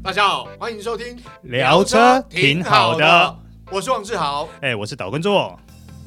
大家好，欢迎收听聊车挺好的， 我是王志豪， 我是岛根座。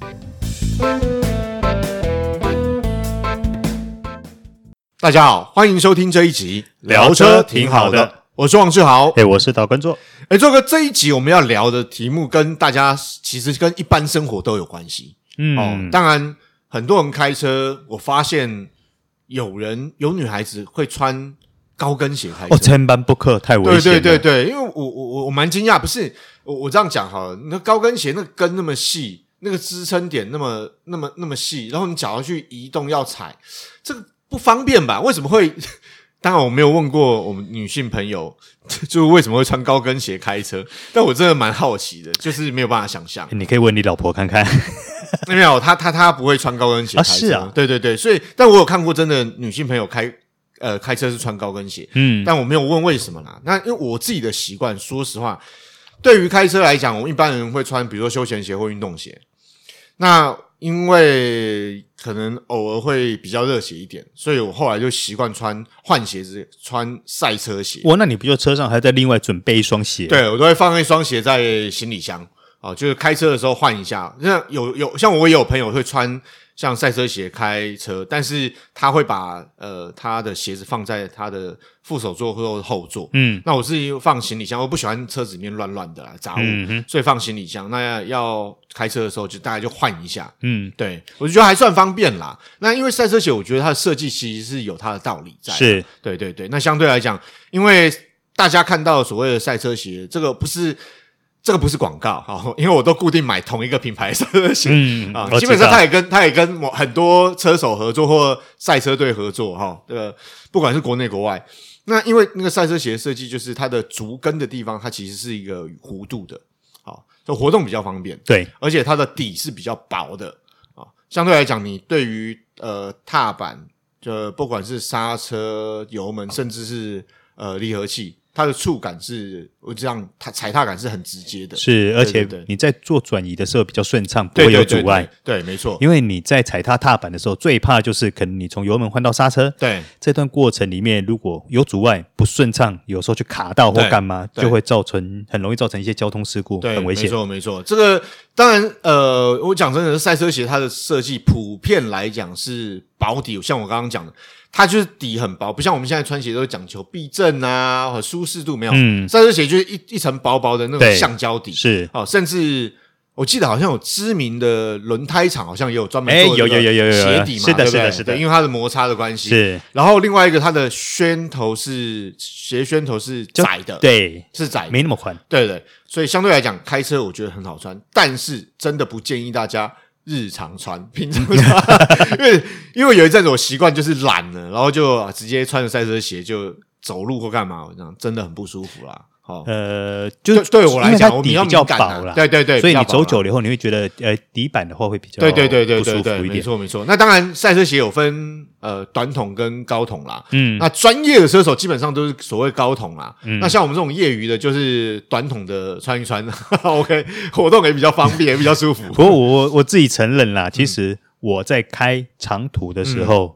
大家好，欢迎收听这一集聊车挺好的， 我是王志豪， 我是岛根座。 这一集我们要聊的题目跟大家其实跟一般生活都有关系。当然很多人开车，我发现有女孩子会穿高跟鞋开车， 千万不可，太危险了。 对，因为我蛮惊讶，不是我这样讲好了，那高跟鞋那个跟那么细，那个支撑点那么细，然后你脚要去移动要踩，这个不方便吧？为什么会？当然我没有问过我们女性朋友，就是为什么会穿高跟鞋开车，但我真的蛮好奇的，就是没有办法想象。 你可以问你老婆看看。 没有，她不会穿高跟鞋开车。 是啊， 对，所以但我有看过真的女性朋友开车是穿高跟鞋，但我没有问为什么啦。那因为我自己的习惯，说实话，对于开车来讲，我们一般人会穿比如说休闲鞋或运动鞋。那因为可能偶尔会比较热血一点，所以我后来就习惯换鞋子，穿赛车鞋。 那你不就车上还在另外准备一双鞋？ 对，我都会放一双鞋在行李箱，就是开车的时候换一下。像像我也有朋友会穿像赛车鞋开车，但是他会把他的鞋子放在他的副手座或后座。那我是放行李箱，我不喜欢车子里面乱乱的啦杂物，所以放行李箱。那要开车的时候就大概就换一下。对，我就觉得还算方便啦。那因为赛车鞋，我觉得它的设计其实是有它的道理在。 是， 对。那相对来讲，因为大家看到所谓的赛车鞋，这个不是广告，因为我都固定买同一个品牌的赛车鞋。基本上他也跟很多车手合作或赛车队合作不管是国内国外。那因为那个赛车鞋的设计就是它的足跟的地方，它其实是一个弧度的，就活动比较方便。 对， 而且它的底是比较薄的相对来讲，你对于踏板，就不管是刹车、油门，甚至是离合器。它的触感是这样，它踩踏感是很直接的， 是，而且你在做转移的时候比较顺畅，不会有阻碍。 对，没错。 因为你在踩踏板的时候，最怕就是可能你从油门换到刹车， 对， 这段过程里面如果有阻碍不顺畅，有时候去卡到或干嘛，就会很容易造成一些交通事故，很危险。 没错。这个当然，我讲真的，赛车鞋它的设计普遍来讲是薄底，像我刚刚讲的。它就是底很薄，不像我们现在穿鞋都讲求避震啊或舒适度，没有。赛车鞋就是一层薄薄的那种橡胶底， 是甚至我记得好像有知名的轮胎厂好像也有专门做有鞋底嘛， 是的， 因为它的摩擦的关系。 是， 然后另外一个它的鞋楦头是窄的， 对， 是窄的， 没那么宽， 对，所以相对来讲开车我觉得很好穿，但是真的不建议大家日常穿，平常穿，因为有一阵子我习惯就是懒了，然后就直接穿着赛车鞋就走路或干嘛，这样真的很不舒服啦。 就对我来讲，我比较薄啦， 对， 所以你走久了以后，你会觉得底板的话会比较不舒服一点。 没错。那当然，赛车鞋有分短筒跟高筒啦。那专业的车手基本上都是所谓高筒啦。那像我们这种业余的，就是短筒的穿一穿，OK， 活动也比较方便，也比较舒服。 不过我自己承认啦，其实我在开长途的时候，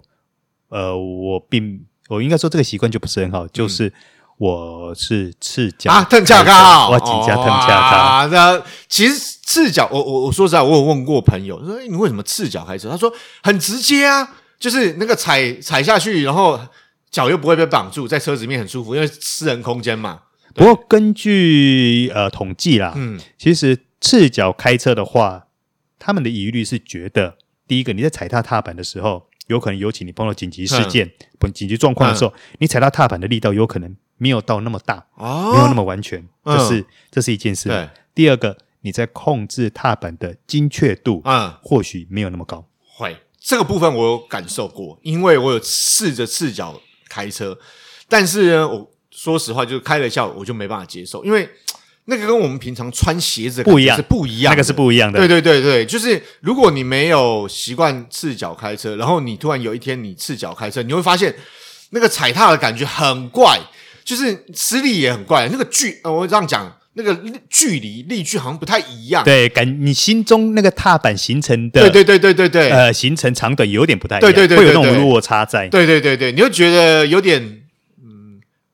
我应该说这个习惯就不是很好，就是我是赤脚蹬恰高， 我几家蹬恰高。 那其实赤脚，我说实在，我有问过朋友，说你为什么赤脚开车？他说很直接啊，就是那个踩下去，然后脚又不会被绑住，在车子里面很舒服，因为私人空间嘛。 不过根据统计啦，其实赤脚开车的话，他们的疑虑是觉得，第一个你在踩踏板的时候，有可能尤其你碰到紧急事件、紧急状况的时候，你踩到踏板的力道有可能没有到那么大，没有那么完全，这是一件事。第二个，你在控制踏板的精确度，或许没有那么高。 会，这个部分我有感受过，因为我有试着赤脚开车，但是呢，我说实话，就开了一下，我就没办法接受，因为那个跟我们平常穿鞋子的感觉是不一样的， 那个是不一样的。 对，就是如果你没有习惯赤脚开车，然后你突然有一天你赤脚开车，你会发现那个踩踏的感觉很怪，就是施力也很怪，那个我这样讲，那个距离力距好像不太一样。 对，你心中那个踏板形成的， 对， 形成长短有点不太一样， 对， 会有那种落差在。 对，你会觉得有点。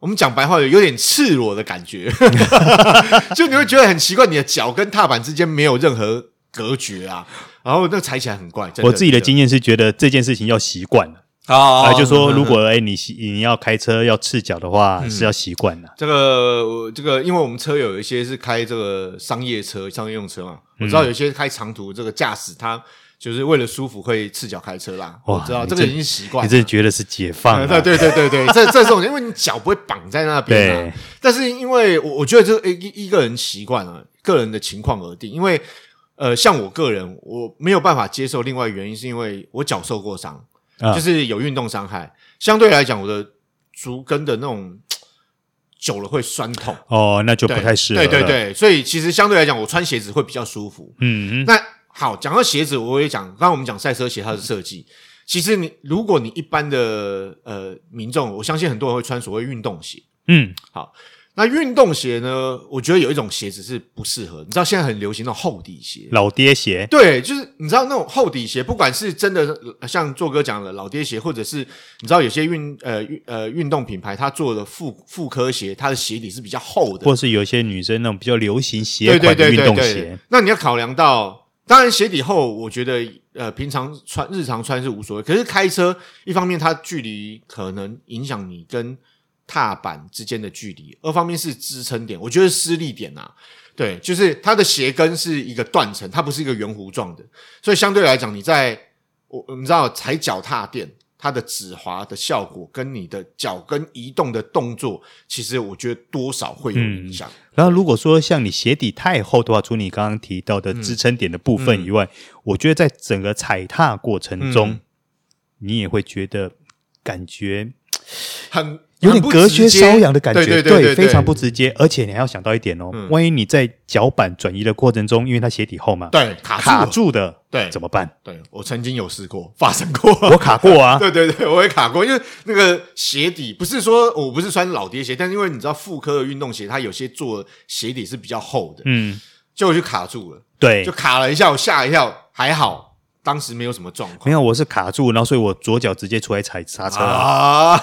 我们讲白话有点赤裸的感觉，就你会觉得很奇怪，你的脚跟踏板之间没有任何隔绝啊，然后那踩起来很怪。 我自己的经验是觉得这件事情要习惯了。就说如果你要开车要赤脚的话，是要习惯的。 这个，因为我们车友有一些是开这个商业车、商业用车嘛，我知道有一些开长途这个驾驶他就是为了舒服会赤脚开车啦。我知道这个已经习惯了， 你真的觉得是解放啊？ 对，这种因为你脚不会绑在那边啊。但是因为我觉得这一个人习惯啊，个人的情况而定。因为像我个人，我没有办法接受另外原因，是因为我脚受过伤。就是有运动伤害，相对来讲，我的足跟的那种久了会酸痛那就不太适合了。 对，所以其实相对来讲，我穿鞋子会比较舒服。那好，讲到鞋子，我也讲，刚刚我们讲赛车鞋它的设计，其实如果你一般的民众，我相信很多人会穿所谓运动鞋。好。那运动鞋呢？我觉得有一种鞋子是不适合。你知道现在很流行那种厚底鞋， 老爹鞋。 对，就是你知道那种厚底鞋，不管是真的像做哥讲的老爹鞋，或者是你知道有些运动品牌它做的复刻鞋，它的鞋底是比较厚的， 或是有些女生那种比较流行鞋款的运动鞋。 那你要考量到，当然鞋底厚，我觉得平常日常穿是无所谓，可是开车一方面它距离可能影响你跟踏板之间的距离，二方面是支撑点，我觉得施力点啊，对，就是它的鞋跟是一个断层，它不是一个圆弧状的，所以相对来讲，你知道踩脚踏垫，它的止滑的效果跟你的脚跟移动的动作，其实我觉得多少会有影响。 然后如果说像你鞋底太厚的话，除你刚刚提到的支撑点的部分以外，我觉得在整个踩踏过程中，你也会觉得感觉有点隔靴搔痒的感觉，对，非常不直接。而且你还要想到一点万一你在脚板转移的过程中，因为它鞋底厚嘛， 对， 卡住的， 对， 怎么办？ 对，我曾经有试过，发生过， 我卡过啊， 对，我也卡过，因为那个鞋底不是说我不是穿老爹鞋，但是因为你知道复刻的运动鞋，它有些做鞋底是比较厚的，结果就卡住了， 对，就卡了一下，我吓一跳，还好。当时没有什么状况， 没有，我是卡住，然后所以我左脚直接出来踩刹车啊。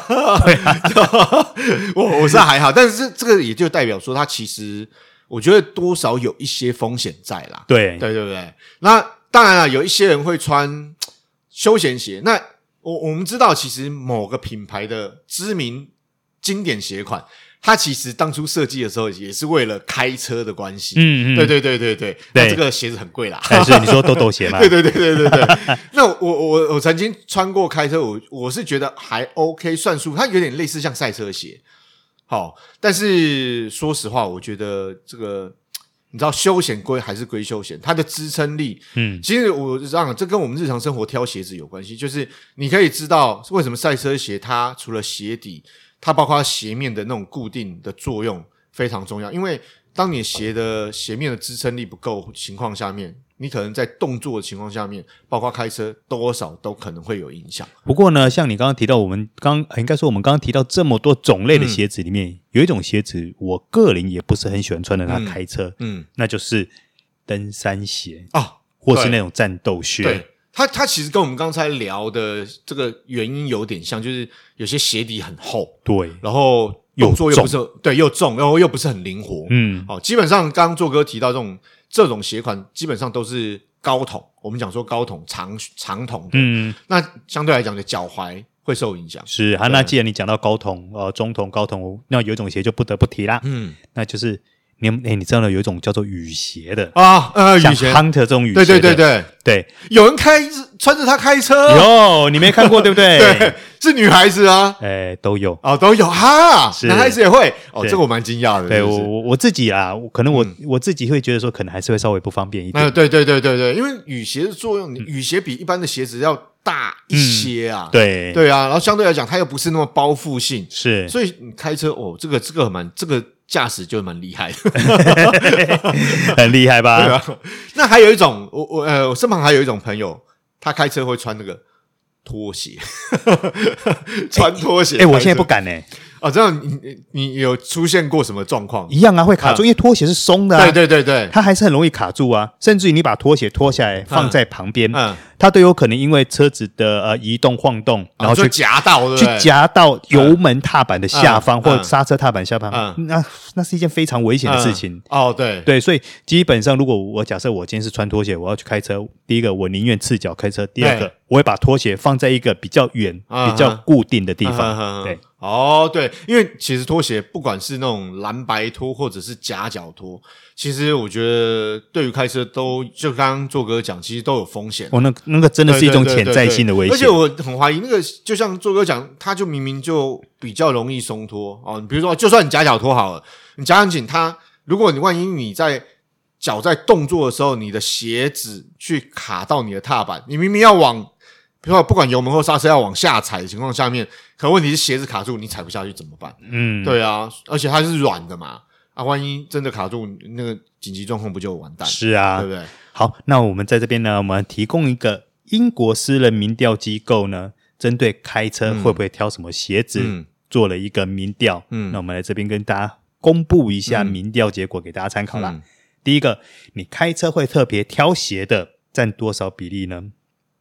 我是还好，但是这个也就代表说，它其实我觉得多少有一些风险在啦。对。那当然了，有一些人会穿休闲鞋，那我们知道，其实某个品牌的知名经典鞋款。它其实当初设计的时候也是为了开车的关系，对，那这个鞋子很贵啦， 是你说豆豆鞋吗？ 对，那我曾经穿过开车，我是觉得还 OK， 算舒服，它有点类似像赛车鞋，好，但是说实话，我觉得这个你知道休闲还是归休闲，它的支撑力，其实我让这跟我们日常生活挑鞋子有关系，就是你可以知道为什么赛车鞋它除了鞋底。它包括鞋面的那种固定的作用非常重要，因为当你鞋面的支撑力不够情况下面，你可能在动作的情况下面，包括开车多少都可能会有影响。 不过呢，像你刚刚提到，我们刚刚提到这么多种类的鞋子里面，有一种鞋子我个人也不是很喜欢穿的，它开车，那就是登山鞋或是那种战斗靴。 对。它其实跟我们刚才聊的这个原因有点像，就是有些鞋底很厚， 对， 然后动作又不是又重，然后又不是很灵活，基本上刚刚做哥提到这种鞋款，基本上都是高筒，我们讲说高筒长筒的，那相对来讲的脚踝会受影响。 是那既然你讲到高筒、中筒、高筒，那有一种鞋就不得不提啦，那就是。你知道有一种叫做雨鞋的雨鞋 Hunter 这种雨鞋的，对， 有人穿着它开车， 有你没看过对不对？ 对，是女孩子啊， 都有都有哈，男孩子也会这个我蛮惊讶的。 对，我自己啊，可能我自己会觉得说，可能还是会稍微不方便一点。 对，因为雨鞋的作用，雨鞋比一般的鞋子要大一些啊， 对啊，然后相对来讲，它又不是那么包覆性， 是， 所以你开车这个驾驶就蛮厉害的， 很厉害吧？ 对啊。那还有一种，我身旁还有一种朋友，他开车会穿那个拖鞋，穿拖鞋。 我现在不敢这样你有出现过什么状况？ 一样啊，会卡住，因为拖鞋是松的啊。 对， 它还是很容易卡住啊。甚至于你把拖鞋脱下来放在旁边， 它都有可能因为车子的移动晃动，然后就夹到，对不对？ 去夹到油门踏板的下方，或者刹车踏板下方，那是一件非常危险的事情。 对， 所以基本上，如果我假设我今天是穿拖鞋，我要去开车，第一个我宁愿赤脚开车，第二个我会把拖鞋放在一个比较远、比较固定的地方。对。 对，因为其实拖鞋不管是那种蓝白拖或者是夹脚拖，其实我觉得对于开车都就刚刚做哥讲，其实都有风险。 那个真的是一种潜在性的危险。 而且我很怀疑那个，就像做哥讲，它就明明就比较容易松脱哦。比如说，就算你夹脚拖好了，你夹很紧，如果你万一你在脚在动作的时候，你的鞋子去卡到你的踏板，你明明要往。比如说，不管油门或刹车要往下踩的情况下面，可问题是鞋子卡住，你踩不下去怎么办？对啊，而且它是软的嘛，万一真的卡住，那个紧急状况不就完蛋？ 是啊， 对不对？ 好，那我们在这边呢，我们提供一个英国私人民调机构呢，针对开车会不会挑什么鞋子，做了一个民调。那我们来这边跟大家公布一下民调结果给大家参考啦。第一个，你开车会特别挑鞋的占多少比例呢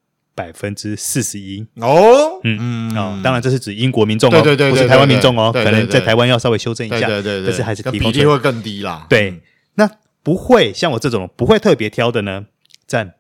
？41%当然这是指英国民众哦， 对， 不是台湾民众哦，可能在台湾要稍微修正一下， 对， 但是还是提供比例会更低啦。 对，那不会像我这种不会特别挑的呢，占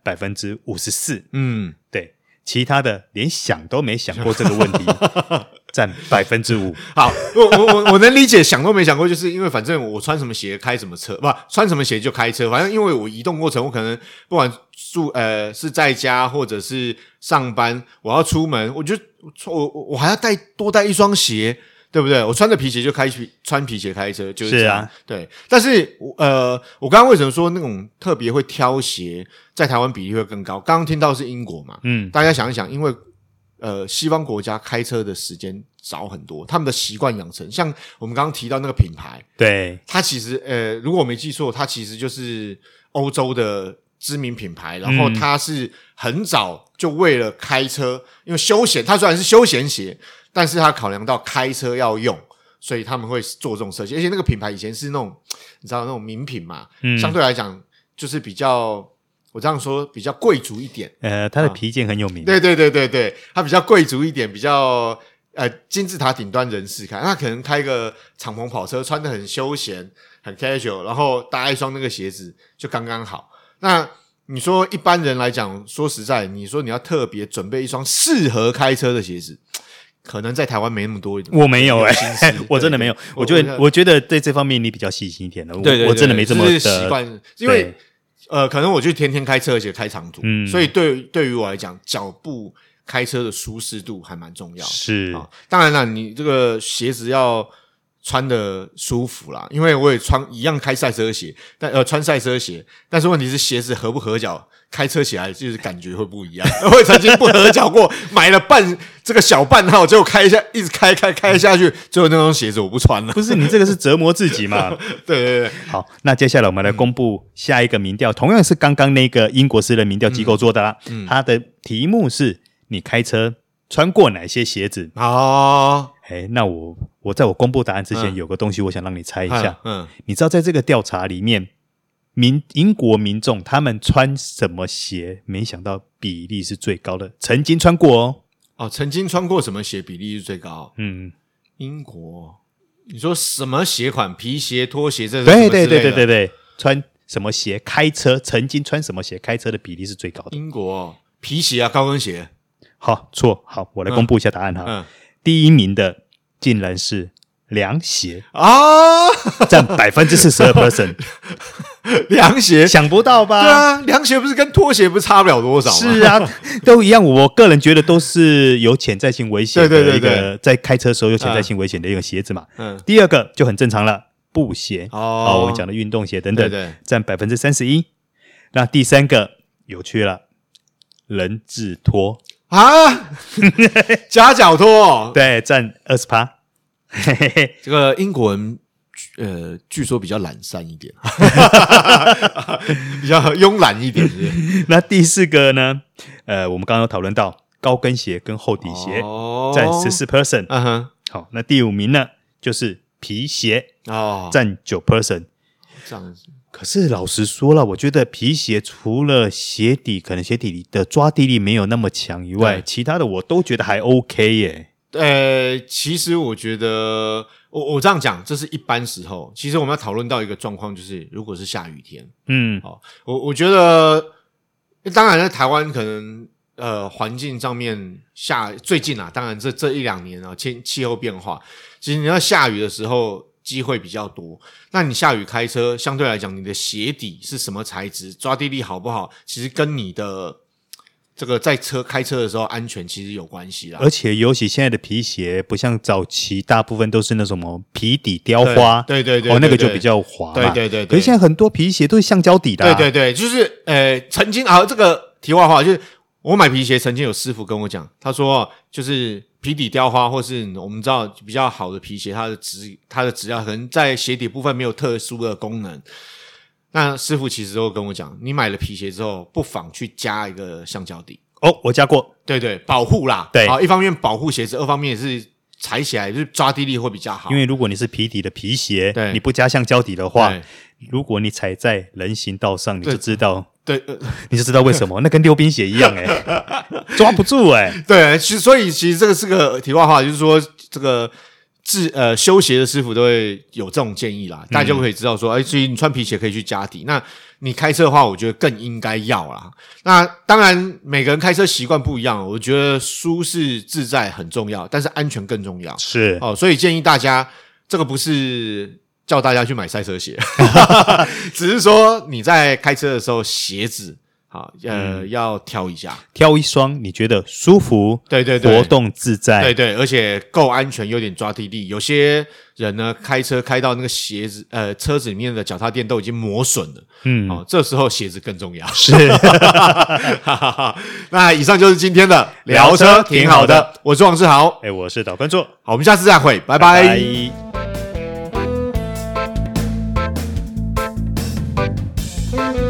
54%。对，其他的连想都没想过这个问题，占5%。 好，我能理解，想都没想过，就是因为反正我穿什么鞋开什么车，不穿什么鞋就开车，反正因为我移动过程，我可能不管是在家或者是上班，我要出门，我觉得我还要多带一双鞋，对不对？我穿着皮鞋就穿皮鞋开车，就是这样。 啊， 对。但是我刚刚为什么说那种特别会挑鞋，在台湾比例会更高？刚刚听到是英国嘛，大家想一想，因为西方国家开车的时间早很多，他们的习惯养成，像我们刚刚提到那个品牌， 对， 它其实如果我没记错，它其实就是欧洲的知名品牌，然后它是很早就为了开车，因为休闲，它虽然是休闲鞋，但是它考量到开车要用，所以他们会做这种设计。而且那个品牌以前是那种你知道那种名品嘛，相对来讲就是比较。我这样说比较贵族一点， 它的皮件很有名。 对，它比较贵族一点，比较金字塔顶端人士开，他可能开个敞篷跑车，穿得很休闲，很 casual， 然后搭一双那个鞋子就刚刚好。那你说一般人来讲，说实在，你说你要特别准备一双适合开车的鞋子，可能在台湾没那么多。 我没有我真的没有。我觉得在这方面你比较细心一点的。 对， 我真的没这么的习惯，因为。可能我就天天开车，而且开长途，所以对于我来讲，脚步开车的舒适度还蛮重要。 是当然了，你这个鞋子要穿的舒服啦，因为我也一样开赛车鞋，穿赛车鞋，但是问题是鞋子合不合脚，开车起来就是感觉会不一样。我也曾经不合脚过，买了这个小半号，结果开一下，一直开下去，最后那双鞋子我不穿了。 不是你这个是折磨自己嘛？ 对。 好，那接下来我们来公布下一个民调，同样是刚刚那个英国私人民调机构做的啦。它的题目是你开车穿过哪些鞋子？那我在我公布答案之前，有个东西我想让你猜一下。你知道在这个调查里面，英国民众他们穿什么鞋？没想到比例是最高的，曾经穿过曾经穿过什么鞋比例是最高？英国，你说什么鞋款？皮鞋、拖鞋，这是什么之类的？ 对，穿什么鞋开车？曾经穿什么鞋开车的比例是最高的？ 英国皮鞋啊，高跟鞋。 好，错。好，我来公布一下答案哈。第一名的竟然是凉鞋占42%。 凉鞋想不到吧？ 对啊，凉鞋不是跟拖鞋不是差不了多少吗？ 是啊，都一样。我个人觉得都是有潜在性危险的一个，在开车的时候有潜在性危险的一个鞋子嘛。第二个就很正常了，布鞋我们讲的运动鞋等等，占31%。那第三个有趣了，人字拖夹脚拖对，占20%。 这个英国人据说比较懒散一点，比较慵懒一点。 那第四个呢？我们刚刚有讨论到高跟鞋跟厚底鞋，占14%。好，那第五名呢，就是皮鞋，占9%。 这样子。 可是老实说了，我觉得皮鞋除了鞋底可能鞋底的抓地力没有那么强以外，其他的我都觉得还 OK 耶。 其实我觉得我这样讲，这是一般时候。其实我们要讨论到一个状况，就是如果是下雨天，我觉得当然在台湾可能环境上面最近啊，当然这1-2年啊，气候变化，其实你要下雨的时候机会比较多。那你下雨开车，相对来讲，你的鞋底是什么材质，抓地力好不好，其实跟你的这个在开车的时候安全其实有关系啦。 而且尤其现在的皮鞋不像早期大部分都是那什么皮底雕花， 对， 那个就比较滑嘛。 对。 可是现在很多皮鞋都是橡胶底的。 对，就是曾经这个题外话，就是我买皮鞋曾经有师傅跟我讲，他说就是皮底雕花或是我们知道比较好的皮鞋，它的质量可能在鞋底部分没有特殊的功能。那师傅其实都跟我讲，你买了皮鞋之后，不妨去加一个橡胶底。 我加过。 对，保护啦。 对， 一方面保护鞋子，二方面也是踩起来就是抓地力会比较好。 因为如果你是皮底的皮鞋，你不加橡胶底的话，如果你踩在人行道上，你就知道。你就知道为什么那跟溜冰鞋一样抓不住对，所以其实这个是个题外话，就是说这个修鞋的师傅都会有这种建议啦，大家就可以知道说，所以你穿皮鞋可以去加底。那你开车的话，我觉得更应该要啦。那当然每个人开车习惯不一样，我觉得舒适自在很重要，但是安全更重要。 是所以建议大家，这个不是叫大家去买赛车鞋只是说你在开车的时候鞋子要挑一下， 挑一双你觉得舒服， 对， 活动自在， 对，而且够安全，有点抓地力。有些人呢，开车开到那个鞋子车子里面的脚踏垫都已经磨损了，这时候鞋子更重要。 是那以上就是今天的聊车挺好的，我是王志豪， 我是导观众， 好，我们下次再会，拜拜。 拜拜。